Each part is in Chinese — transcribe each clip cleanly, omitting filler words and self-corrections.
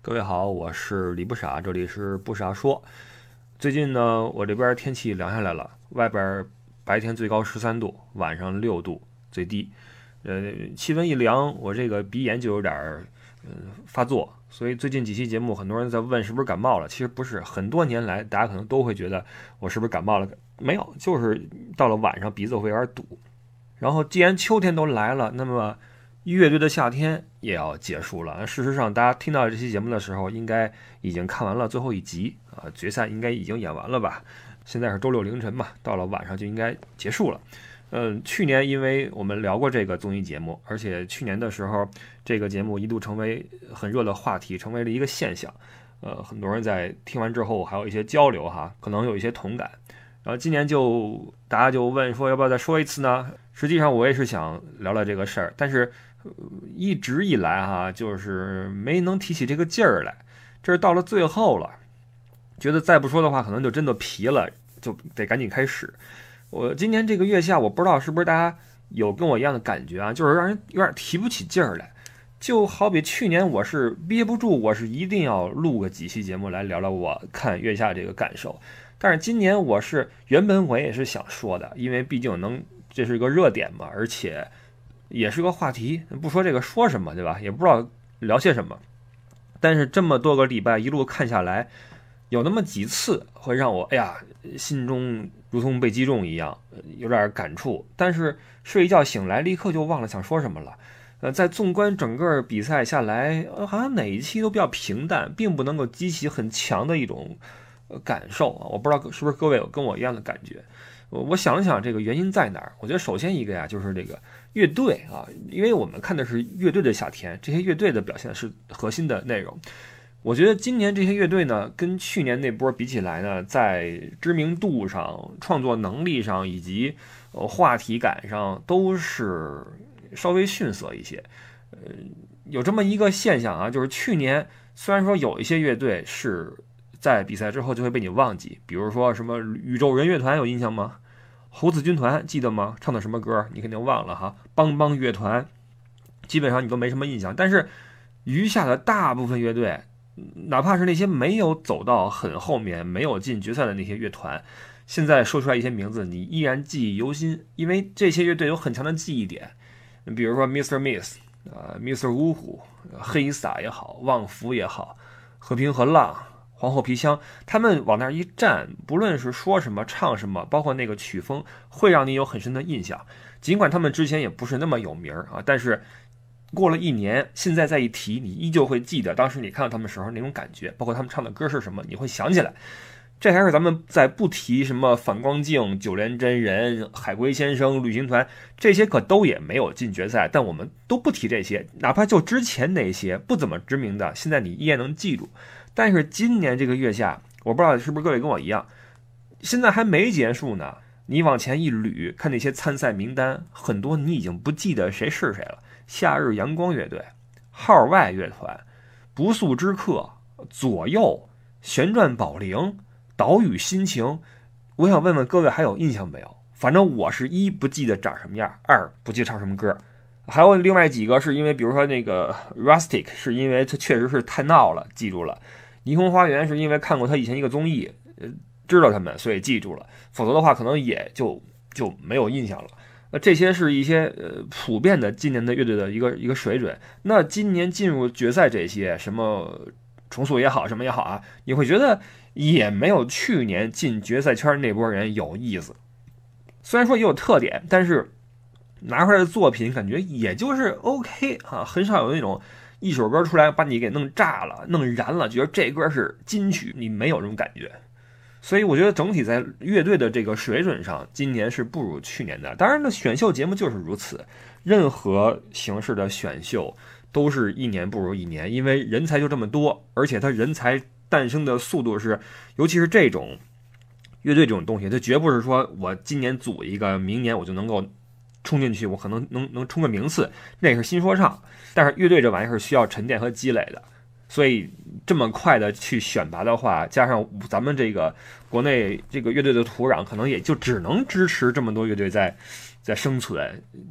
各位好，我是李不傻，这里是不傻说。最近呢，我这边天气凉下来了，外边白天最高13度，晚上6度最低。气温一凉，我这个鼻炎就有点发作，所以最近几期节目，很多人在问是不是感冒了。其实不是，很多年来大家可能都会觉得我是不是感冒了，没有，就是到了晚上鼻子会有点堵。然后既然秋天都来了，那么乐队的夏天也要结束了。事实上，大家听到这期节目的时候，应该已经看完了最后一集啊，决赛应该已经演完了吧？现在是周六凌晨嘛，到了晚上就应该结束了。去年因为我们聊过这个综艺节目，而且去年的时候，这个节目一度成为很热的话题，成为了一个现象。很多人在听完之后还有一些交流哈，可能有一些同感。然后今年大家就问说要不要再说一次呢？实际上我也是想聊聊这个事儿，但是一直以来哈，就是没能提起这个劲儿来。这是到了最后了，觉得再不说的话，可能就真的疲了，就得赶紧开始。我今年这个月下，我不知道是不是大家有跟我一样的感觉啊，就是让人有点提不起劲儿来。就好比去年我是憋不住，我是一定要录个几期节目来聊聊我看月下这个感受。但是今年原本我也是想说的，因为毕竟这是一个热点嘛，而且也是个话题，不说这个说什么，对吧？也不知道聊些什么。但是这么多个礼拜一路看下来，有那么几次会让我心中如同被击中一样，有点感触。但是睡一觉醒来，立刻就忘了想说什么了。在纵观整个比赛下来，好像哪一期都比较平淡，并不能够激起很强的一种感受啊。我不知道是不是各位有跟我一样的感觉。我想了想，这个原因在哪儿？我觉得首先一个呀，就是这个乐队啊，因为我们看的是乐队的夏天，这些乐队的表现是核心的内容。我觉得今年这些乐队呢，跟去年那波比起来呢，在知名度上、创作能力上以及话题感上，都是稍微逊色一些。有这么一个现象啊，就是去年虽然说有一些乐队是在比赛之后就会被你忘记，比如说什么宇宙人乐团有印象吗？猴子军团记得吗？唱的什么歌你肯定忘了哈。帮帮乐团基本上你都没什么印象，但是余下的大部分乐队，哪怕是那些没有走到很后面没有进决赛的那些乐团，现在说出来一些名字你依然记忆犹新，因为这些乐队有很强的记忆点。比如说 Mr. Miss Mr. 呜呼，黑撒也好，旺福也好，和平和浪，皇后皮箱，他们往那儿一站，不论是说什么唱什么，包括那个曲风，会让你有很深的印象。尽管他们之前也不是那么有名啊，但是过了一年，现在再一提，你依旧会记得当时你看到他们时候那种感觉，包括他们唱的歌是什么，你会想起来。这还是咱们在不提什么反光镜、九连真人、海龟先生、旅行团，这些可都也没有进决赛，但我们都不提这些，哪怕就之前那些不怎么知名的，现在你依然能记住。但是今年这个月下，我不知道是不是各位跟我一样，现在还没结束呢，你往前一捋，看那些参赛名单，很多你已经不记得谁是谁了。夏日阳光乐队、号外乐团、不速之客、左右、旋转宝铃、岛屿心情，我想问问各位还有印象没有？反正我是一不记得长什么样，二不记得唱什么歌，还有另外几个是因为比如说那个 Rustic 是因为它确实是太闹了记住了，霓虹花园是因为看过他以前一个综艺知道他们所以记住了，否则的话可能也就没有印象了。这些是一些普遍的今年的乐队的一个水准。那今年进入决赛这些什么重塑也好什么也好啊，你会觉得也没有去年进决赛圈那波人有意思。虽然说也有特点，但是拿出来的作品感觉也就是 OK 啊，很少有那种一首歌出来把你给弄炸了、弄燃了，觉得这歌是金曲，你没有这种感觉。所以我觉得整体在乐队的这个水准上，今年是不如去年的。当然了，选秀节目就是如此，任何形式的选秀都是一年不如一年，因为人才就这么多，而且它人才诞生的速度是，尤其是这种乐队这种东西，它绝不是说我今年组一个，明年我就能够冲进去，我可能能冲个名次，那是新说唱。但是乐队这玩意儿是需要沉淀和积累的。所以这么快的去选拔的话，加上咱们这个国内这个乐队的土壤，可能也就只能支持这么多乐队在生存。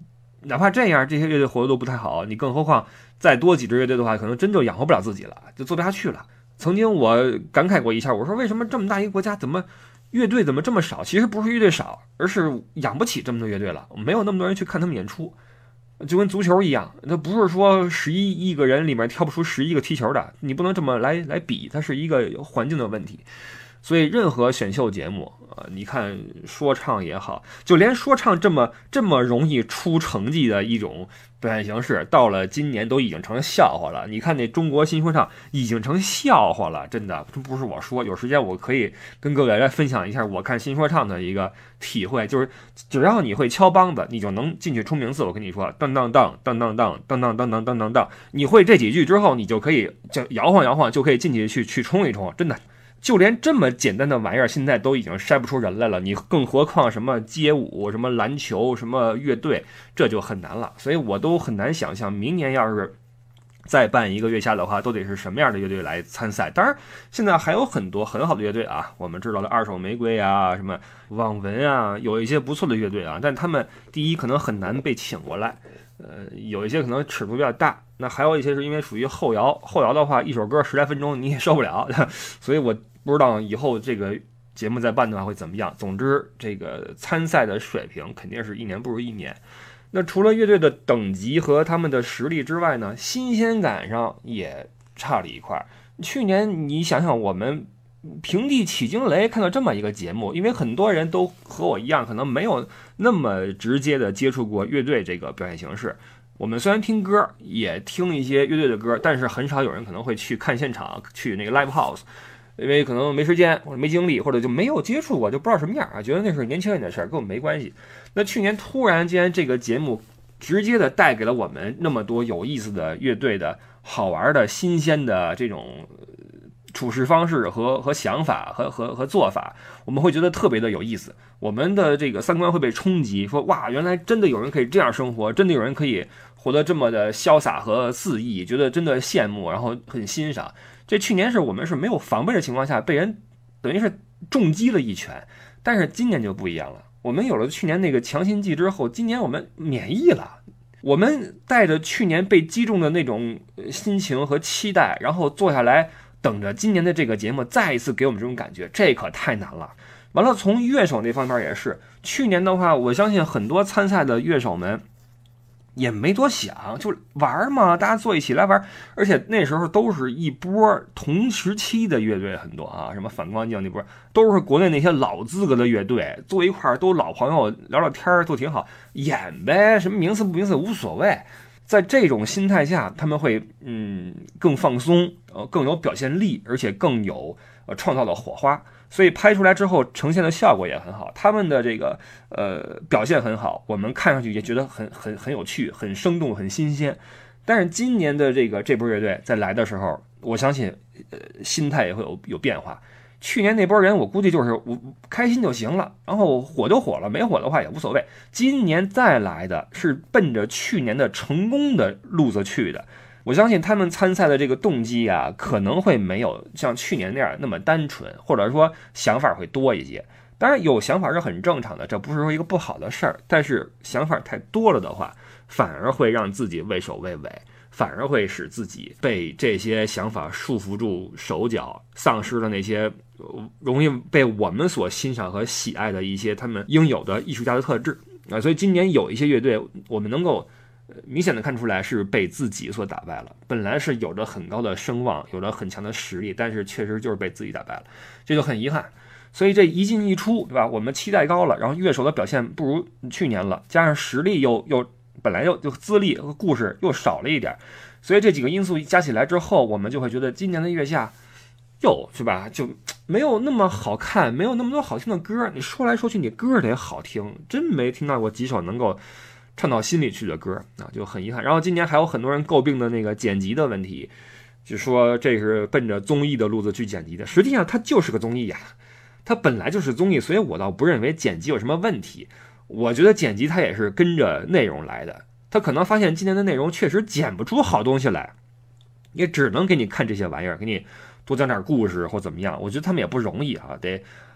哪怕这样，这些乐队活得都不太好，你更何况再多几支乐队的话，可能真就养活不了自己了，就做不下去了。曾经我感慨过一下，我说为什么这么大一个国家，乐队怎么这么少？其实不是乐队少，而是养不起这么多乐队了，没有那么多人去看他们演出。就跟足球一样，它不是说11亿个人里面挑不出11个踢球的，你不能这么来比，它是一个环境的问题。所以任何选秀节目你看说唱也好，就连说唱这么容易出成绩的一种表现形式，到了今年都已经成笑话了。你看那中国新说唱已经成笑话了，真的，这不是我说，有时间我可以跟各位来分享一下我看新说唱的一个体会，就是只要你会敲梆子，你就能进去出名字。我跟你说，当当当当当当当当当当当当当，你会这几句之后，你就可以就摇晃摇晃，就可以进去冲一冲，真的。就连这么简单的玩意儿，现在都已经筛不出人来了，你更何况什么街舞、什么篮球、什么乐队，这就很难了。所以我都很难想象，明年要是再办一个月下的话，都得是什么样的乐队来参赛。当然，现在还有很多很好的乐队啊，我们知道的二手玫瑰啊、什么网文啊，有一些不错的乐队啊，但他们第一可能很难被请过来，有一些可能尺度比较大。那还有一些是因为属于后摇的话，一首歌10来分钟你也受不了，所以我不知道以后这个节目再办的话会怎么样。总之，这个参赛的水平肯定是一年不如一年。那除了乐队的等级和他们的实力之外呢，新鲜感上也差了一块。去年你想想，我们平地起惊雷看到这么一个节目，因为很多人都和我一样，可能没有那么直接的接触过乐队这个表现形式。我们虽然听歌，也听一些乐队的歌，但是很少有人可能会去看现场，去那个 live house， 因为可能没时间或者没精力，或者就没有接触过，就不知道什么样啊，觉得那是年轻人的事儿，跟我们没关系。那去年突然间这个节目直接的带给了我们那么多有意思的乐队的好玩的新鲜的这种处事方式和想法和做法，我们会觉得特别的有意思，我们的这个三观会被冲击，说哇，原来真的有人可以这样生活，真的有人可以活得这么的潇洒和肆意，觉得真的羡慕，然后很欣赏。这去年是我们是没有防备的情况下被人等于是重击了一拳，但是今年就不一样了，我们有了去年那个强心剂之后，今年我们免疫了，我们带着去年被击中的那种心情和期待，然后坐下来等着今年的这个节目再一次给我们这种感觉，这可太难了。完了，从乐手那方面也是，去年的话，我相信很多参赛的乐手们也没多想，就玩嘛，大家坐一起来玩，而且那时候都是一波同时期的乐队，很多啊，什么反光镜那波，都是国内那些老资格的乐队，坐一块儿都老朋友，聊聊天都挺好，演呗，什么名次不名次无所谓。在这种心态下，他们会更放松，更有表现力，而且更有创造的火花。所以拍出来之后呈现的效果也很好，他们的这个表现很好，我们看上去也觉得很有趣，很生动，很新鲜。但是今年的这波乐队在来的时候，我相信心态也会有变化。去年那波人我估计就是我开心就行了，然后火就火了，没火的话也无所谓。今年再来的是奔着去年的成功的路子去的，我相信他们参赛的这个动机啊，可能会没有像去年那样那么单纯，或者说想法会多一些。当然有想法是很正常的，这不是说一个不好的事儿，但是想法太多了的话，反而会让自己畏首畏尾，反而会使自己被这些想法束缚住手脚，丧失了那些容易被我们所欣赏和喜爱的一些他们应有的艺术家的特质啊。所以今年有一些乐队，我们能够明显的看出来是被自己所打败了，本来是有着很高的声望，有着很强的实力，但是确实就是被自己打败了，这就很遗憾。所以这一进一出，对吧？我们期待高了，然后乐手的表现不如去年了，加上实力又本来就资历和故事又少了一点，所以这几个因素加起来之后，我们就会觉得今年的月下是吧，就没有那么好看，没有那么多好听的歌。你说来说去，你歌得好听，真没听到过几首能够唱到心里去的歌啊，就很遗憾。然后今年还有很多人诟病的那个剪辑的问题，就说这是奔着综艺的路子去剪辑的，实际上它就是个综艺呀，它本来就是综艺，所以我倒不认为剪辑有什么问题。我觉得剪辑它也是跟着内容来的，他可能发现今年的内容确实剪不出好东西来，也只能给你看这些玩意儿，给你多讲点故事或怎么样。我觉得他们也不容易啊，得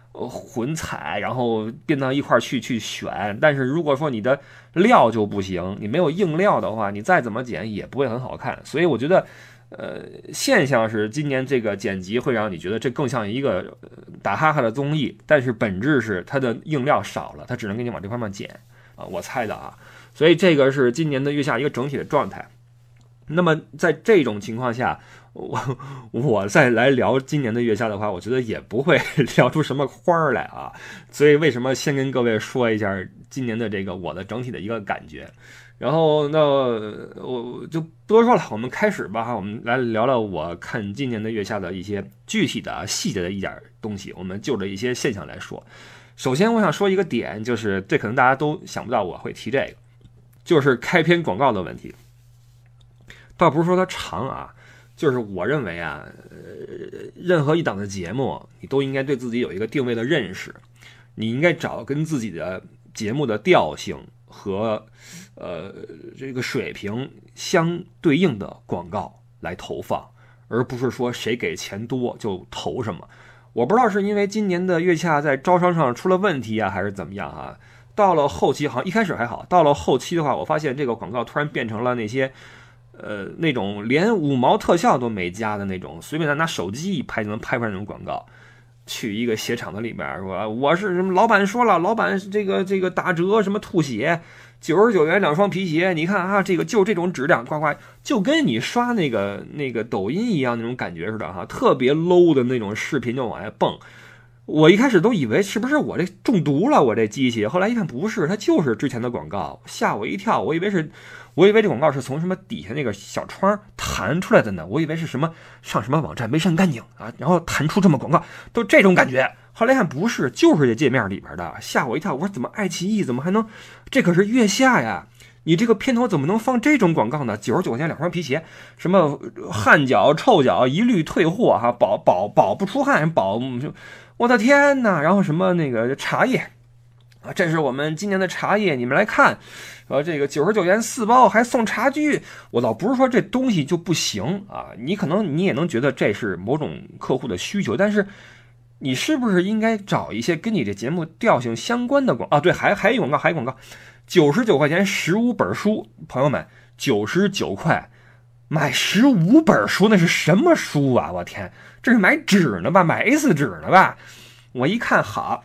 混采，然后编到一块去选。但是如果说你的料就不行，你没有硬料的话，你再怎么剪也不会很好看。所以我觉得现象是今年这个剪辑会让你觉得这更像一个打哈哈的综艺，但是本质是它的硬料少了，它只能给你往这方面剪啊，我猜的啊。所以这个是今年的月下一个整体的状态。那么在这种情况下，我再来聊今年的月下的话，我觉得也不会聊出什么花来啊。所以为什么先跟各位说一下今年的这个我的整体的一个感觉。然后那我就不多说了，我们开始吧。我们来聊聊我看今年的月下的一些具体的细节的一点东西，我们就着一些现象来说。首先我想说一个点，就是这可能大家都想不到我会提这个，就是开篇广告的问题。倒不是说它长啊，就是我认为啊，任何一档的节目，你都应该对自己有一个定位的认识，你应该找跟自己的节目的调性和这个水平相对应的广告来投放，而不是说谁给钱多就投什么。我不知道是因为今年的月下在招商上出了问题啊，还是怎么样啊？到了后期好像一开始还好，到了后期的话，我发现这个广告突然变成了那些那种连5毛特效都没加的那种，随便拿手机一拍就能拍出来那种广告。去一个鞋厂子里面说我是什么，老板说了，老板这个打折什么吐血，99元2双皮鞋，你看啊，这个就这种质量，呱呱，就跟你刷那个抖音一样那种感觉似的哈，特别 low 的那种视频就往外蹦。我一开始都以为是不是我这中毒了，我这机器，后来一看不是，它就是之前的广告，吓我一跳，我以为这广告是从什么底下那个小窗弹出来的呢，我以为是什么上什么网站没删干净啊，然后弹出这么广告，都这种感觉。后来看不是，就是这界面里边的，吓我一跳。我说怎么爱奇艺怎么还能，这可是月下呀，你这个片头怎么能放这种广告呢？99块钱2双皮鞋，什么汗脚臭脚一律退货哈，保不出汗，我的天哪！然后什么那个茶叶啊，这是我们今年的茶叶，你们来看，这个99元4包还送茶具。我倒不是说这东西就不行啊，你可能你也能觉得这是某种客户的需求，但是你是不是应该找一些跟你这节目调性相关的广告啊？对，还有广告，99块钱15本书，朋友们，99块买15本书，那是什么书啊？我天！这是买纸呢吧，买 A4 纸呢吧？我一看好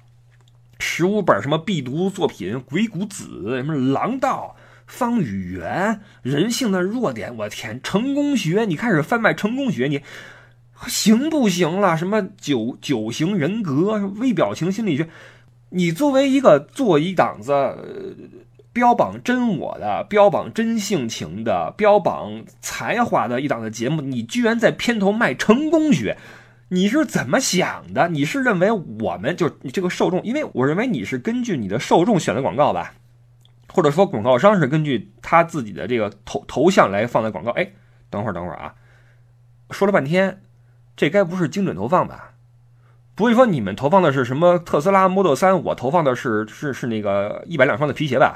，15本什么必读作品，鬼谷子，什么狼道、方与圆、人性的弱点，我天，成功学，你开始贩卖成功学，你行不行了？什么九型人格、微表情心理学，你作为做一档子标榜真我的、标榜真性情的、标榜才华的一档的节目，你居然在片头卖成功学，你是怎么想的？你是认为我们就是你这个受众，因为我认为你是根据你的受众选的广告吧，或者说广告商是根据他自己的这个头像来放的广告。哎，等会儿啊，说了半天，这该不是精准投放吧？不会说你们投放的是什么特斯拉 Model 3，我投放的是那个100、2双的皮鞋吧？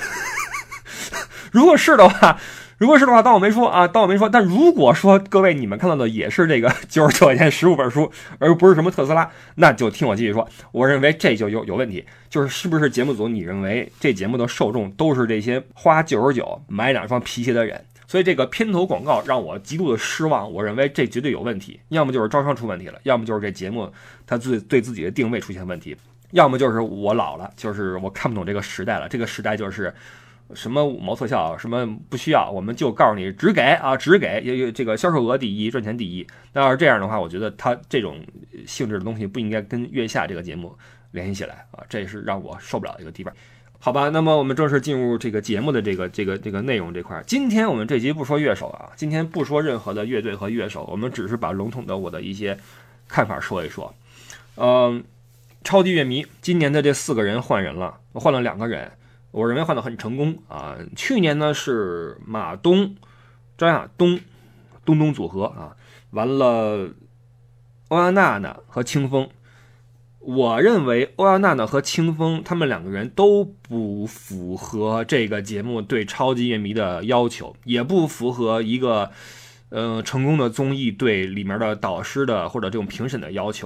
如果是的话，当我没说啊，但如果说各位你们看到的也是这个99块钱15本书，而不是什么特斯拉，那就听我继续说。我认为这就有问题，就是是不是节目组你认为这节目的受众都是这些花99买2双皮鞋的人？所以这个片头广告让我极度的失望，我认为这绝对有问题，要么就是招商出问题了，要么就是这节目它对自己的定位出现问题，要么就是我老了，就是我看不懂这个时代了。这个时代就是什么5毛特效什么不需要，我们就告诉你只给这个销售额第一，赚钱第一。那要是这样的话，我觉得它这种性质的东西不应该跟月下这个节目联系起来啊，这是让我受不了的一个地方。好吧，那么我们正式进入这个节目的这个内容这块。今天我们这集不说乐手啊，今天不说任何的乐队和乐手，我们只是把笼统的我的一些看法说一说。超级乐迷今年的这4个人换人了，换了2个人，我认为换得很成功啊。去年呢是马东、张亚东组合啊，完了欧阳娜娜和清风。我认为欧阳娜娜和清风他们2个人都不符合这个节目对超级乐迷的要求，也不符合一个成功的综艺对里面的导师的或者这种评审的要求。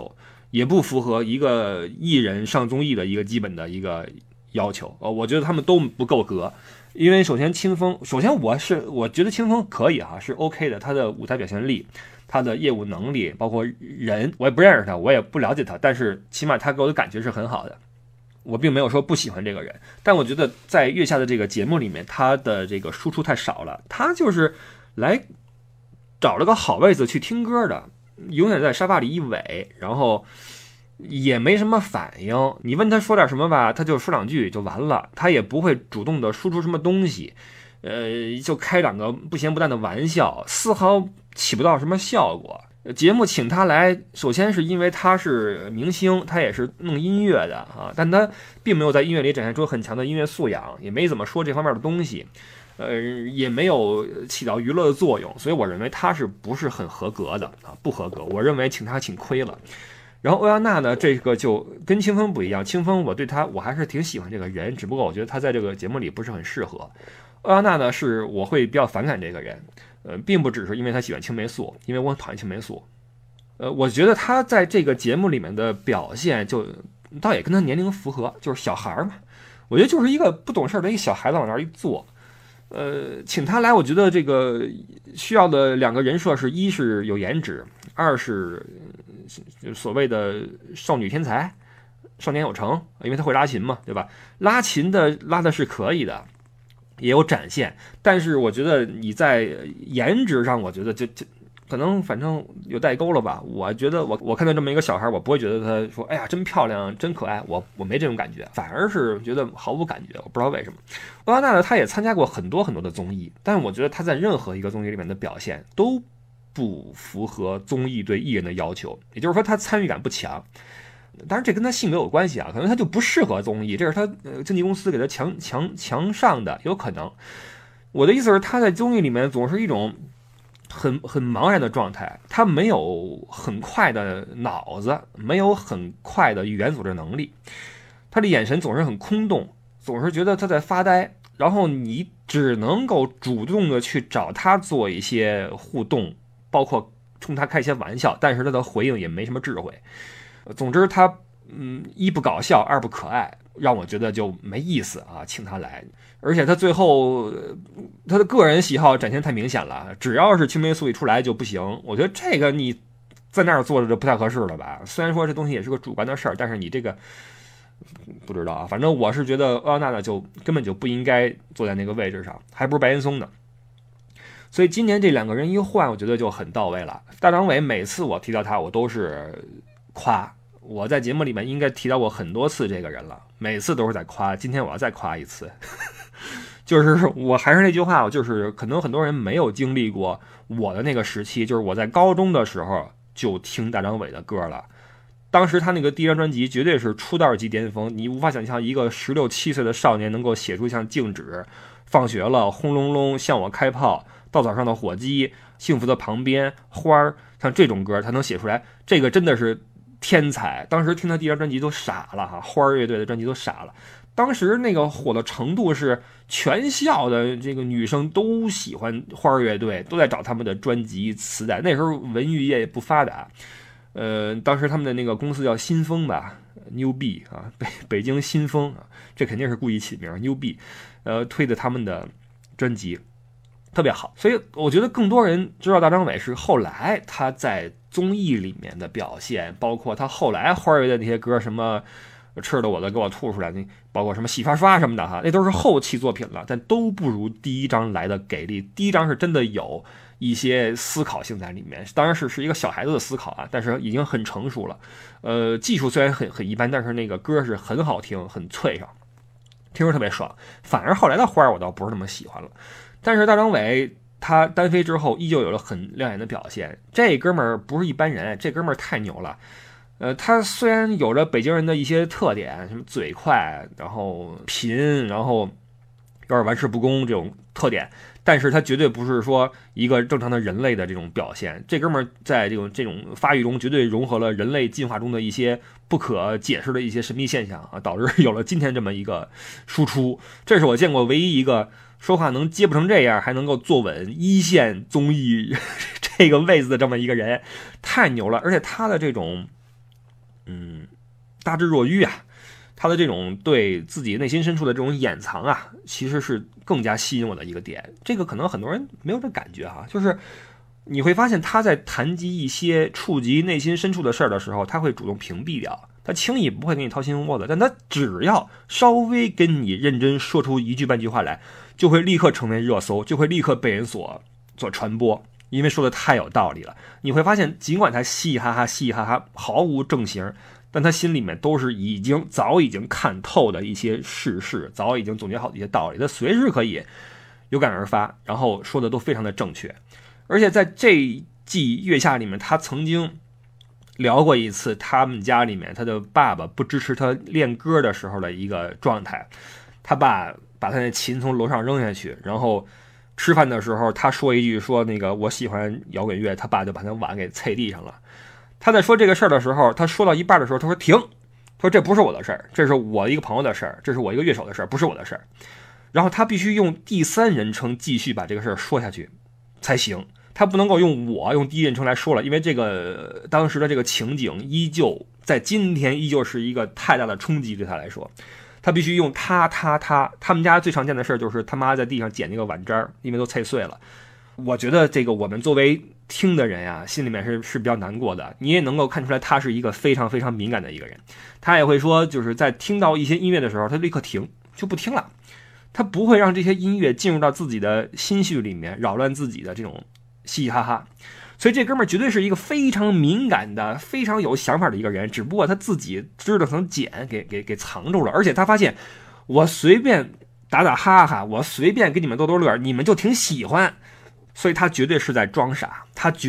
也不符合一个艺人上综艺的一个基本的一个要求。我觉得他们都不够格。因为首先我觉得清风可以是 OK 的，他的舞台表现力，他的业务能力，包括人，我也不认识他，我也不了解他，但是起码他给我的感觉是很好的。我并没有说不喜欢这个人，但我觉得在月下的这个节目里面，他的这个输出太少了。他就是来找了个好位子去听歌的，永远在沙发里一萎，然后也没什么反应。你问他说点什么吧，他就说两句就完了，他也不会主动的输出什么东西，就开两个不咸不淡的玩笑，丝毫起不到什么效果。节目请他来，首先是因为他是明星，他也是弄音乐的但他并没有在音乐里展现出很强的音乐素养，也没怎么说这方面的东西，也没有起到娱乐的作用，所以我认为他是不是很合格的不合格。我认为请他请亏了。然后欧阳娜呢，这个就跟清风不一样，清风我还是挺喜欢这个人，只不过我觉得他在这个节目里不是很适合。欧阳娜呢，是我会比较反感这个人。并不只是因为他喜欢青霉素，因为我很讨厌青霉素。我觉得他在这个节目里面的表现倒也跟他年龄符合，就是小孩嘛。我觉得就是一个不懂事的一个小孩子往那儿一坐。请他来，我觉得这个需要的两个人设是：一是有颜值，二是所谓的少女天才、少年有成，因为他会拉琴嘛，对吧？拉琴的拉的是可以的。也有展现，但是我觉得你在颜值上，我觉得就可能反正有代沟了吧。我觉得我看到这么一个小孩，我不会觉得他说哎呀真漂亮真可爱，我没这种感觉，反而是觉得毫无感觉。我不知道为什么。欧阳娜呢，他也参加过很多很多的综艺，但是我觉得他在任何一个综艺里面的表现都不符合综艺对艺人的要求，也就是说他参与感不强。当然这跟他性格有关系可能他就不适合综艺，这是他经纪公司给他强上的，有可能。我的意思是他在综艺里面总是一种很茫然的状态，他没有很快的脑子，没有很快的语言组织能力，他的眼神总是很空洞，总是觉得他在发呆，然后你只能够主动的去找他做一些互动，包括冲他开一些玩笑，但是他的回应也没什么智慧。总之他一不搞笑，二不可爱，让我觉得就没意思请他来。而且他最后他的个人喜好展现太明显了，只要是青霉素一出来就不行。我觉得这个你在那儿坐着就不太合适了吧。虽然说这东西也是个主观的事儿，但是你这个不知道反正我是觉得欧阳娜娜就根本就不应该坐在那个位置上，还不如白岩松呢。所以今年这两个人一换，我觉得就很到位了。大张伟每次我提到他，我都是夸。我在节目里面应该提到过很多次这个人了，每次都是在夸，今天我要再夸一次。就是我还是那句话，就是可能很多人没有经历过我的那个时期，就是我在高中的时候就听大张伟的歌了。当时他那个第一张专辑绝对是出道即巅峰，你无法想象一个16、17岁的少年能够写出像静止、放学了、轰隆隆、向我开炮、稻草上的火鸡、幸福的旁边、花儿，像这种歌他能写出来，这个真的是天才。当时听他第一张专辑都傻了花儿乐队的专辑都傻了。当时那个火的程度是全校的这个女生都喜欢花儿乐队，都在找他们的专辑磁带。那时候文娱业也不发达，当时他们的那个公司叫新风吧 ，New B 北京新风这肯定是故意起名 New B， 推的他们的专辑特别好。所以我觉得更多人知道大张伟是后来他在综艺里面的表现，包括他后来花儿乐队那些歌，什么吃的我的给我吐出来，包括什么洗刷刷什么的那都是后期作品了，但都不如第一章来的给力。第一章是真的有一些思考性在里面，当然是一个小孩子的思考但是已经很成熟了。技术虽然很一般，但是那个歌是很好听，很脆爽，听着特别爽。反而后来的花儿我倒不是那么喜欢了，但是大张伟他单飞之后依旧有了很亮眼的表现。这哥们儿不是一般人，这哥们儿太牛了。他虽然有着北京人的一些特点，什么嘴快，然后贫，然后有点玩世不恭这种特点，但是他绝对不是说一个正常的人类的这种表现。这哥们儿在这种发育中绝对融合了人类进化中的一些不可解释的一些神秘现象导致有了今天这么一个输出。这是我见过唯一一个说话能接不成这样还能够坐稳一线综艺这个位子的这么一个人，太牛了。而且他的这种大智若愚啊。他的这种对自己内心深处的这种掩藏啊，其实是更加吸引我的一个点。这个可能很多人没有这感觉哈，就是你会发现他在谈及一些触及内心深处的事儿的时候，他会主动屏蔽掉，他轻易不会给你掏心窝子，但他只要稍微跟你认真说出一句半句话来，就会立刻成为热搜，就会立刻被人所传播，因为说的太有道理了。你会发现，尽管他嘻哈哈毫无正形，但他心里面都是早已经看透的一些事实，早已经总结好的一些道理，他随时可以有感而发，然后说的都非常的正确。而且在这一季月下里面，他曾经聊过一次他们家里面他的爸爸不支持他练歌的时候的一个状态。他爸把他的琴从楼上扔下去，然后吃饭的时候他说一句说那个我喜欢摇滚乐，他爸就把他碗给啐地上了。他在说这个事儿的时候，他说到一半的时候，他说停，他说这不是我的事儿，这是我一个朋友的事儿，这是我一个乐手的事儿，不是我的事儿。然后他必须用第三人称继续把这个事儿说下去才行，他不能够用第一人称来说了，因为这个当时的这个情景依旧在今天依旧是一个太大的冲击对他来说。他必须用他们家最常见的事儿就是他妈在地上捡那个碗渣，因为都啐碎了。我觉得这个我们作为听的人呀，心里面是比较难过的。你也能够看出来他是一个非常非常敏感的一个人。他也会说，就是在听到一些音乐的时候，他立刻停，就不听了。他不会让这些音乐进入到自己的心绪里面，扰乱自己的这种嘻嘻哈哈。所以这哥们儿绝对是一个非常敏感的、非常有想法的一个人，只不过他自己知道能剪给藏住了。而且他发现，我随便打哈哈，我随便给你们逗逗乐，你们就挺喜欢。所以他绝对是在装傻，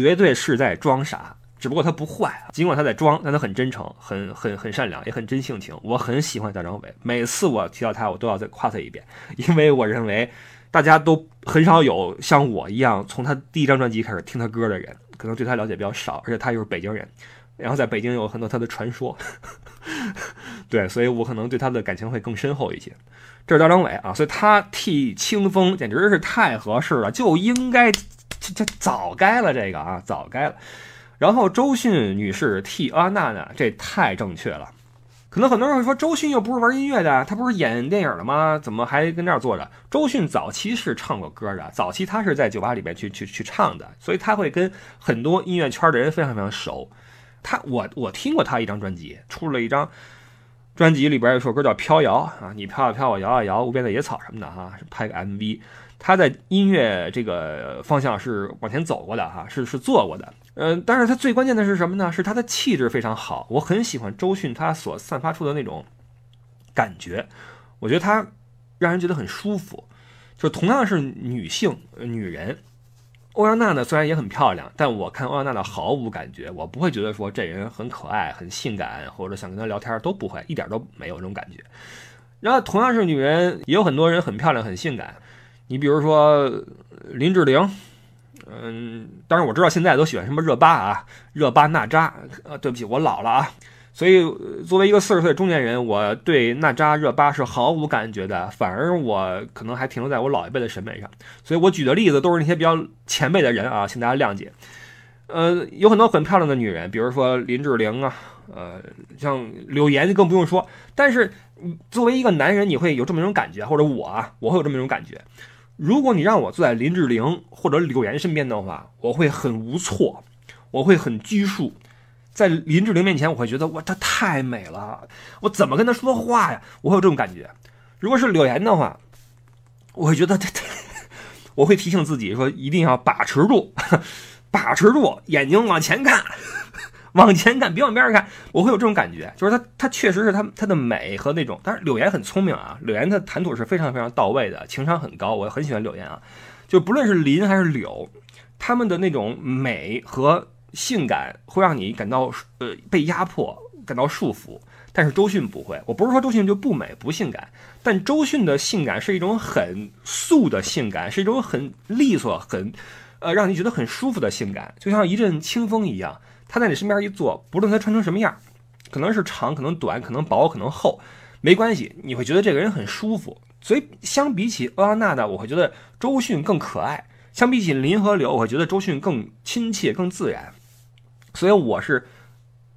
只不过他不坏，尽管他在装，但他很真诚，很善良，也很真性情。我很喜欢大张伟，每次我提到他，我都要再夸他一遍，因为我认为大家都很少有像我一样从他第一张专辑开始听他歌的人，可能对他了解比较少，而且他又是北京人，然后在北京有很多他的传说，对，所以我可能对他的感情会更深厚一些。这是大张伟啊，所以他替清风简直是太合适了，就应该这早该了，这个啊早该了。然后周迅女士替欧阳娜娜，这太正确了。可能很多人会说，周迅又不是玩音乐的，她不是演电影的吗？怎么还跟这儿坐着？周迅早期是唱过歌的，早期她是在酒吧里面去唱的，所以她会跟很多音乐圈的人非常非常熟。我听过她一张专辑，出了一张专辑里边有首歌叫《飘摇》啊，你飘啊飘，我摇啊摇，无边的野草什么的哈，拍个 MV。他在音乐这个方向是往前走过的哈，是做过的。但是他最关键的是什么呢？是他的气质非常好。我很喜欢周迅他所散发出的那种感觉，我觉得他让人觉得很舒服。就同样是女人，欧阳娜娜虽然也很漂亮，但我看欧阳娜娜毫无感觉，我不会觉得说这人很可爱、很性感，或者想跟她聊天，都不会，一点都没有这种感觉。然后同样是女人，也有很多人很漂亮、很性感。你比如说林志玲，当然我知道现在都喜欢什么热巴啊、热巴娜扎，对不起，我老了啊，所以作为一个40岁中年人，我对娜扎、热巴是毫无感觉的，反而我可能还停留在我老一辈的审美上，所以我举的例子都是那些比较前辈的人啊，请大家谅解。有很多很漂亮的女人，比如说林志玲啊，像柳岩更不用说，但是作为一个男人，你会有这么一种感觉，或者我会有这么一种感觉。如果你让我坐在林志玲或者柳岩身边的话，我会很无措，我会很拘束。在林志玲面前，我会觉得哇，她太美了，我怎么跟她说话呀？我会有这种感觉。如果是柳岩的话，我会觉得我会提醒自己说，一定要把持住，眼睛往前看。往前看，别往边上看，我会有这种感觉，就是她确实是她的美和那种，但是柳岩很聪明啊，柳岩的谈吐是非常非常到位的，情商很高，我很喜欢柳岩啊。就不论是林还是柳，他们的那种美和性感会让你感到被压迫，感到束缚。但是周迅不会，我不是说周迅就不美不性感，但周迅的性感是一种很素的性感，是一种很利索、很让你觉得很舒服的性感，就像一阵清风一样。他在你身边一坐，不论他穿成什么样，可能是长，可能短，可能薄，可能厚，没关系，你会觉得这个人很舒服。所以相比起欧阳娜娜，我会觉得周迅更可爱；相比起林和柳，我会觉得周迅更亲切、更自然。所以我是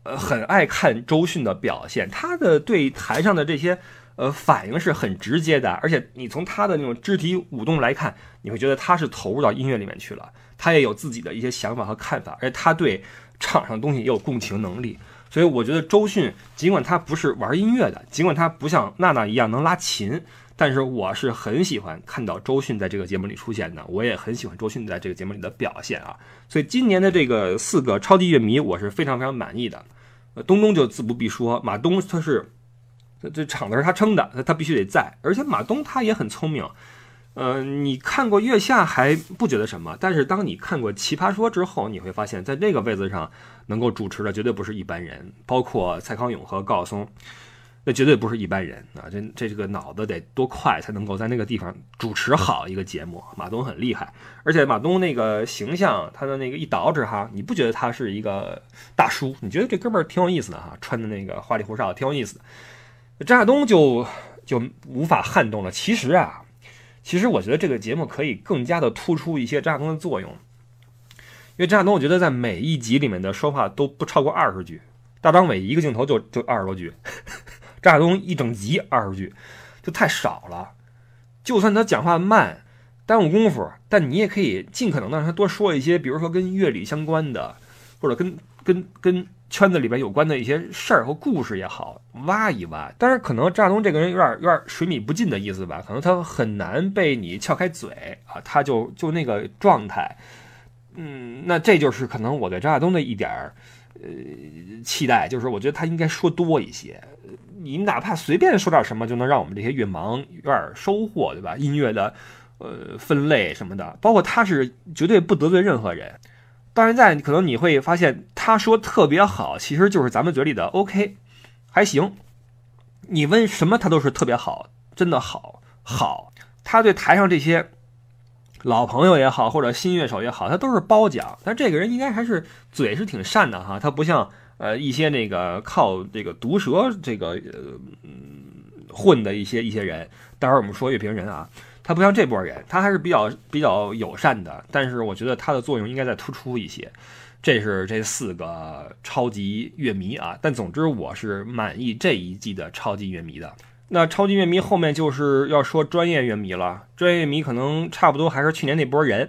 很爱看周迅的表现，他的对台上的这些反应是很直接的，而且你从他的那种肢体舞动来看，你会觉得他是投入到音乐里面去了，他也有自己的一些想法和看法，而且他对场上的东西也有共情能力。所以我觉得周迅尽管他不是玩音乐的，尽管他不像娜娜一样能拉琴，但是我是很喜欢看到周迅在这个节目里出现的，我也很喜欢周迅在这个节目里的表现啊。所以今年的这个4个超级乐迷我是非常非常满意的。东东就自不必说，马东他是这场子是他撑的，他必须得在，而且马东他也很聪明。你看过月下还不觉得什么，但是当你看过奇葩说之后，你会发现在这个位子上能够主持的绝对不是一般人，包括蔡康永和高晓松，那绝对不是一般人啊！这个脑子得多快才能够在那个地方主持好一个节目。马东很厉害，而且马东那个形象，他的那个一捯饬哈，你不觉得他是一个大叔？你觉得这哥们儿挺有意思的哈，穿的那个花里胡哨挺有意思的。张亚东就无法撼动了。其实我觉得这个节目可以更加的突出一些张亚东的作用，因为张亚东我觉得在每一集里面的说话都不超过20句，大张伟一个镜头就20多句，张亚东一整集20句就太少了。就算他讲话慢耽误功夫，但你也可以尽可能的让他多说一些，比如说跟乐理相关的，或者跟圈子里边有关的一些事儿和故事也好，挖一挖。但是可能张亚东这个人有点水米不进的意思吧，可能他很难被你撬开嘴啊，他就那个状态。那这就是可能我对张亚东的一点期待，就是我觉得他应该说多一些。你哪怕随便说点什么，就能让我们这些乐盲有点收获，对吧？音乐的分类什么的，包括他是绝对不得罪任何人。到现在可能你会发现他说特别好，其实就是咱们嘴里的 OK 还行，你问什么他都是特别好，真的好。他对台上这些老朋友也好，或者新乐手也好，他都是褒奖。但这个人应该还是嘴是挺善的哈，他不像一些那个靠这个毒舌这个混的一些人。待会儿我们说乐评人啊，他不像这波人，他还是比较友善的，但是我觉得他的作用应该再突出一些。这是这4个超级乐迷啊，但总之我是满意这一季的超级乐迷的。那超级乐迷后面就是要说专业乐迷了，专业乐迷可能差不多还是去年那波人。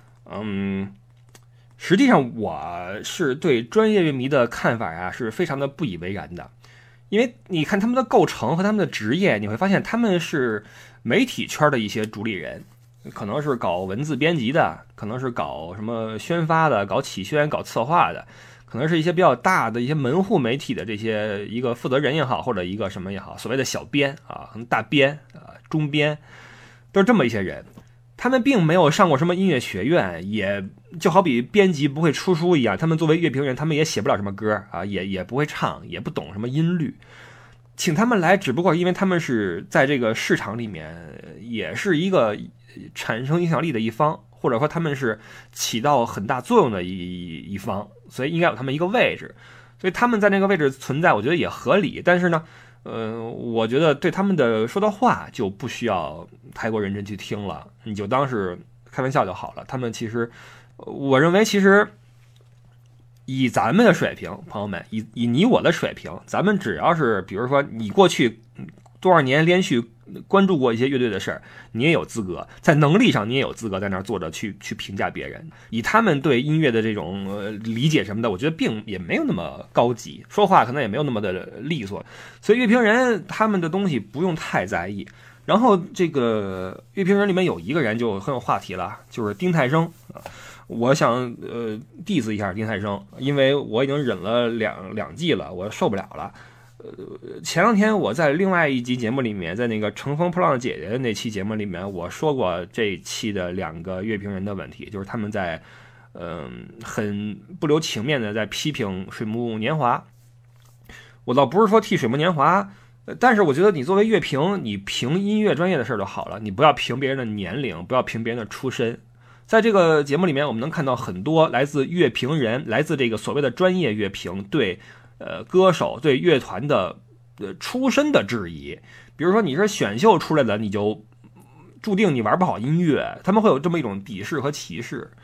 实际上我是对专业乐迷的看法啊是非常的不以为然的，因为你看他们的构成和他们的职业，你会发现他们是媒体圈的一些主理人，可能是搞文字编辑的，可能是搞什么宣发的，搞企宣搞策划的，可能是一些比较大的一些门户媒体的这些一个负责人也好，或者一个什么也好，所谓的小编啊，可能大编啊，中编，都是这么一些人。他们并没有上过什么音乐学院，也就好比编辑不会出书一样，他们作为乐评人，他们也写不了什么歌啊，也不会唱，也不懂什么音律。请他们来只不过因为他们是在这个市场里面也是一个产生影响力的一方，或者说他们是起到很大作用的一方，所以应该有他们一个位置，所以他们在那个位置存在我觉得也合理。但是呢我觉得对他们的说的话就不需要太过认真去听了，你就当是开玩笑就好了。他们其实我认为其实以咱们的水平，朋友们，以你我的水平，咱们只要是比如说你过去多少年连续关注过一些乐队的事儿，你也有资格，在能力上你也有资格在那儿坐着去评价别人。以他们对音乐的这种理解什么的，我觉得并也没有那么高级，说话可能也没有那么的利索，所以乐评人他们的东西不用太在意。然后这个乐评人里面有一个人就很有话题了，就是丁太升。我想diss 一下丁太升，因为我已经忍了两季了，我受不了了。前2天我在另外一集节目里面，在那个乘风破浪的姐姐的那期节目里面，我说过这一期的2个乐评人的问题，就是他们在很不留情面的在批评水木年华。我倒不是说替水木年华，但是我觉得你作为乐评，你评音乐专业的事就好了，你不要评别人的年龄，不要评别人的出身。在这个节目里面，我们能看到很多来自乐评人，来自这个所谓的专业乐评对歌手对乐团的出身的质疑。比如说你是选秀出来的，你就注定你玩不好音乐，他们会有这么一种鄙视和歧视。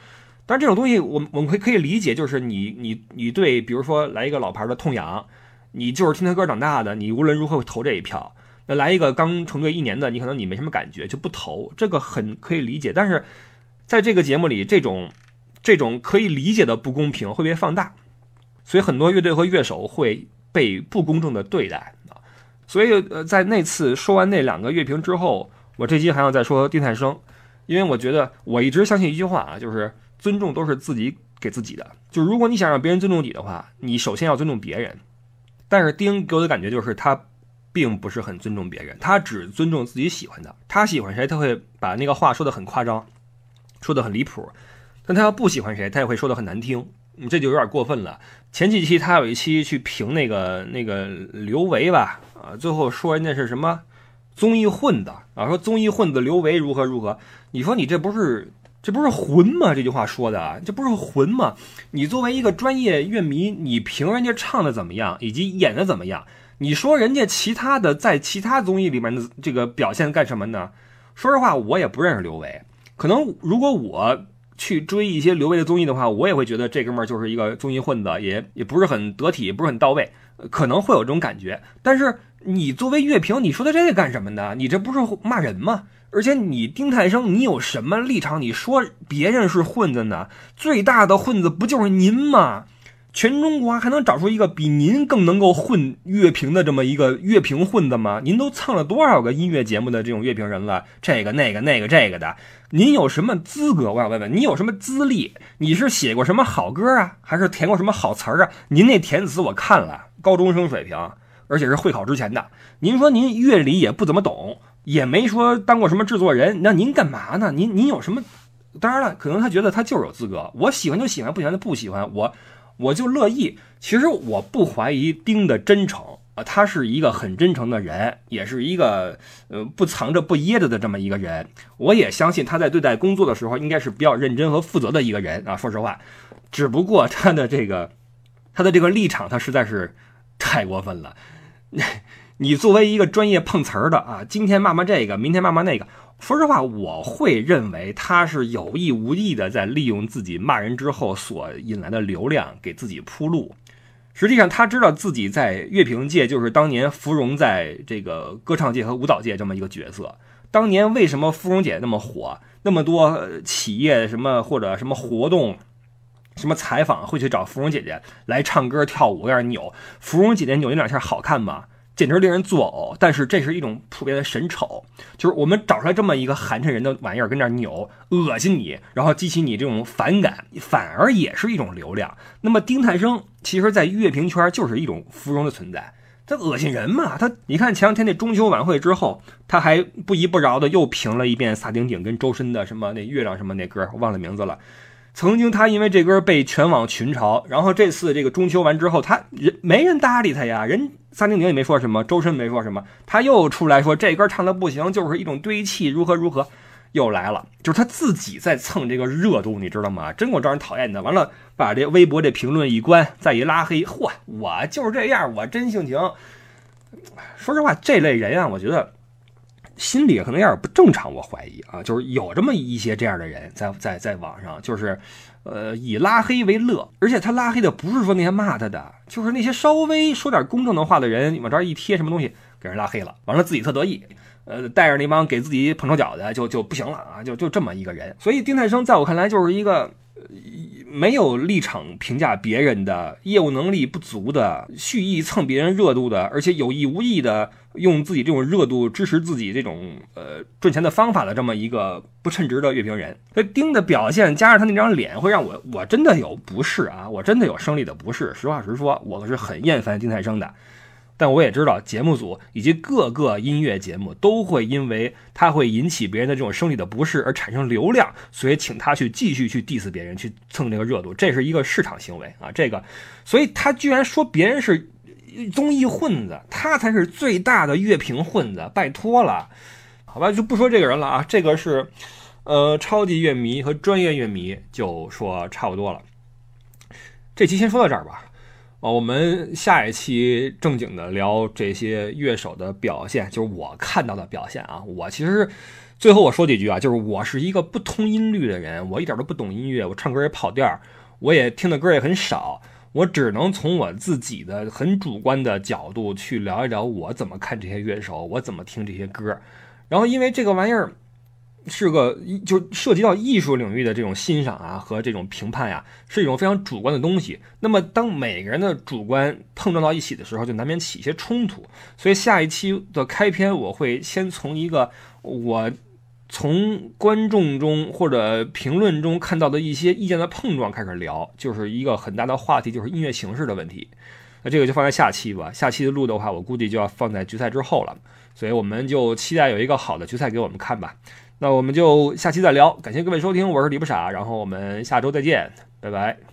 但是这种东西我们可以理解，就是你对比如说来一个老牌的痛仰，你就是听他歌长大的，你无论如何会投这一票。那来一个刚成队1年的，你可能你没什么感觉就不投，这个很可以理解。但是在这个节目里，这种可以理解的不公平会被放大，所以很多乐队和乐手会被不公正的对待啊。所以在那次说完那2个乐评之后，我这期还要再说丁太升，因为我觉得我一直相信一句话啊，就是尊重都是自己给自己的。就是如果你想让别人尊重你的话，你首先要尊重别人。但是丁给我的感觉就是他并不是很尊重别人，他只尊重自己喜欢的。他喜欢谁，他会把那个话说得很夸张，说得很离谱。但他要不喜欢谁，他也会说得很难听。这就有点过分了。前几期他有一期去评那个刘维吧，最后说人家是什么综艺混子啊，说综艺混子刘维如何如何。你说你这不是混吗？这句话说的，这不是混吗？你作为一个专业乐迷，你评人家唱的怎么样，以及演的怎么样？你说人家其他的在其他综艺里面的这个表现干什么呢？说实话，我也不认识刘维。可能如果我去追一些刘维的综艺的话，我也会觉得这哥们儿就是一个综艺混子，也不是很得体，也不是很到位，可能会有这种感觉。但是你作为乐评，你说的这个干什么呢？你这不是骂人吗？而且你丁太升，你有什么立场？你说别人是混子呢？最大的混子不就是您吗？全中国还能找出一个比您更能够混乐评的这么一个乐评混子吗？您都蹭了多少个音乐节目的这种乐评人了？这个那个这个的，您有什么资格？我想问问，你有什么资历？你是写过什么好歌啊？还是填过什么好词啊？您那填词我看了，高中生水平，而且是会考之前的。您说您乐理也不怎么懂，也没说当过什么制作人，那您干嘛呢？您有什么？当然了，可能他觉得他就是有资格，我喜欢就喜欢，不喜欢就不喜欢，我就乐意。其实我不怀疑丁的真诚啊，他是一个很真诚的人，也是一个不藏着不掖着的这么一个人。我也相信他在对待工作的时候应该是比较认真和负责的一个人啊。说实话，只不过他的这个立场，他实在是太过分了。你作为一个专业碰瓷儿的啊，今天骂这个，明天骂那个。说实话，我会认为他是有意无意的在利用自己骂人之后所引来的流量给自己铺路。实际上他知道自己在乐评界就是当年芙蓉在这个歌唱界和舞蹈界这么一个角色。当年为什么芙蓉姐那么火，那么多企业什么或者什么活动什么采访会去找芙蓉姐姐来唱歌跳舞在那扭，芙蓉姐姐扭那两下好看吗？简直令人作呕。但是这是一种普遍的神丑，就是我们找出来这么一个寒碜人的玩意儿跟那扭，恶心你，然后激起你这种反感，反而也是一种流量。那么丁太升其实在乐评圈就是一种芙蓉的存在，他恶心人嘛。你看前两天那中秋晚会之后，他还不依不饶的又评了一遍萨顶顶跟周深的什么那月亮什么那歌，我忘了名字了。曾经他因为这歌被全网群嘲，然后这次这个中秋完之后，没人搭理他呀，人萨顶顶也没说什么，周深没说什么，他又出来说这歌唱的不行，就是一种堆砌，如何如何，又来了，就是他自己在蹭这个热度，你知道吗？真够招人讨厌的。完了，把这微博这评论一关，再一拉黑，嚯，我就是这样，我真性情。说实话，这类人啊，我觉得心里可能有点不正常，我怀疑啊，就是有这么一些这样的人在网上，就是以拉黑为乐，而且他拉黑的不是说那些骂他的，就是那些稍微说点公正的话的人，往这儿一贴什么东西给人拉黑了，完了自己特得意，带着那帮给自己捧臭脚的就不行了啊，就这么一个人。所以丁太升在我看来就是一个没有立场评价别人的，业务能力不足的，蓄意蹭别人热度的，而且有意无意的用自己这种热度支持自己这种赚钱的方法的这么一个不称职的乐评人。所以丁的表现加上他那张脸会让我真的有不适啊，我真的有生理的不适。实话实说，我是很厌烦丁太升的。但我也知道节目组以及各个音乐节目都会因为他会引起别人的这种生理的不适而产生流量，所以请他去继续去 diss 别人，去蹭这个热度，这是一个市场行为啊。这个，所以他居然说别人是综艺混子，他才是最大的乐评混子，拜托了，好吧，就不说这个人了啊。这个是超级乐迷和专业乐迷就说差不多了，这期先说到这儿吧。我们下一期正经的聊这些乐手的表现，就是我看到的表现啊。我其实最后我说几句啊，就是我是一个不通音律的人，我一点都不懂音乐，我唱歌也跑调，我也听的歌也很少，我只能从我自己的很主观的角度去聊一聊我怎么看这些乐手，我怎么听这些歌。然后因为这个玩意儿是个就涉及到艺术领域的这种欣赏啊和这种评判呀，是一种非常主观的东西。那么当每个人的主观碰撞到一起的时候，就难免起一些冲突。所以下一期的开篇我会先从一个我从观众中或者评论中看到的一些意见的碰撞开始聊，就是一个很大的话题，就是音乐形式的问题。那这个就放在下期吧，下期的录的话我估计就要放在决赛之后了，所以我们就期待有一个好的决赛给我们看吧。那我们就下期再聊，感谢各位收听，我是李不傻，然后我们下周再见，拜拜。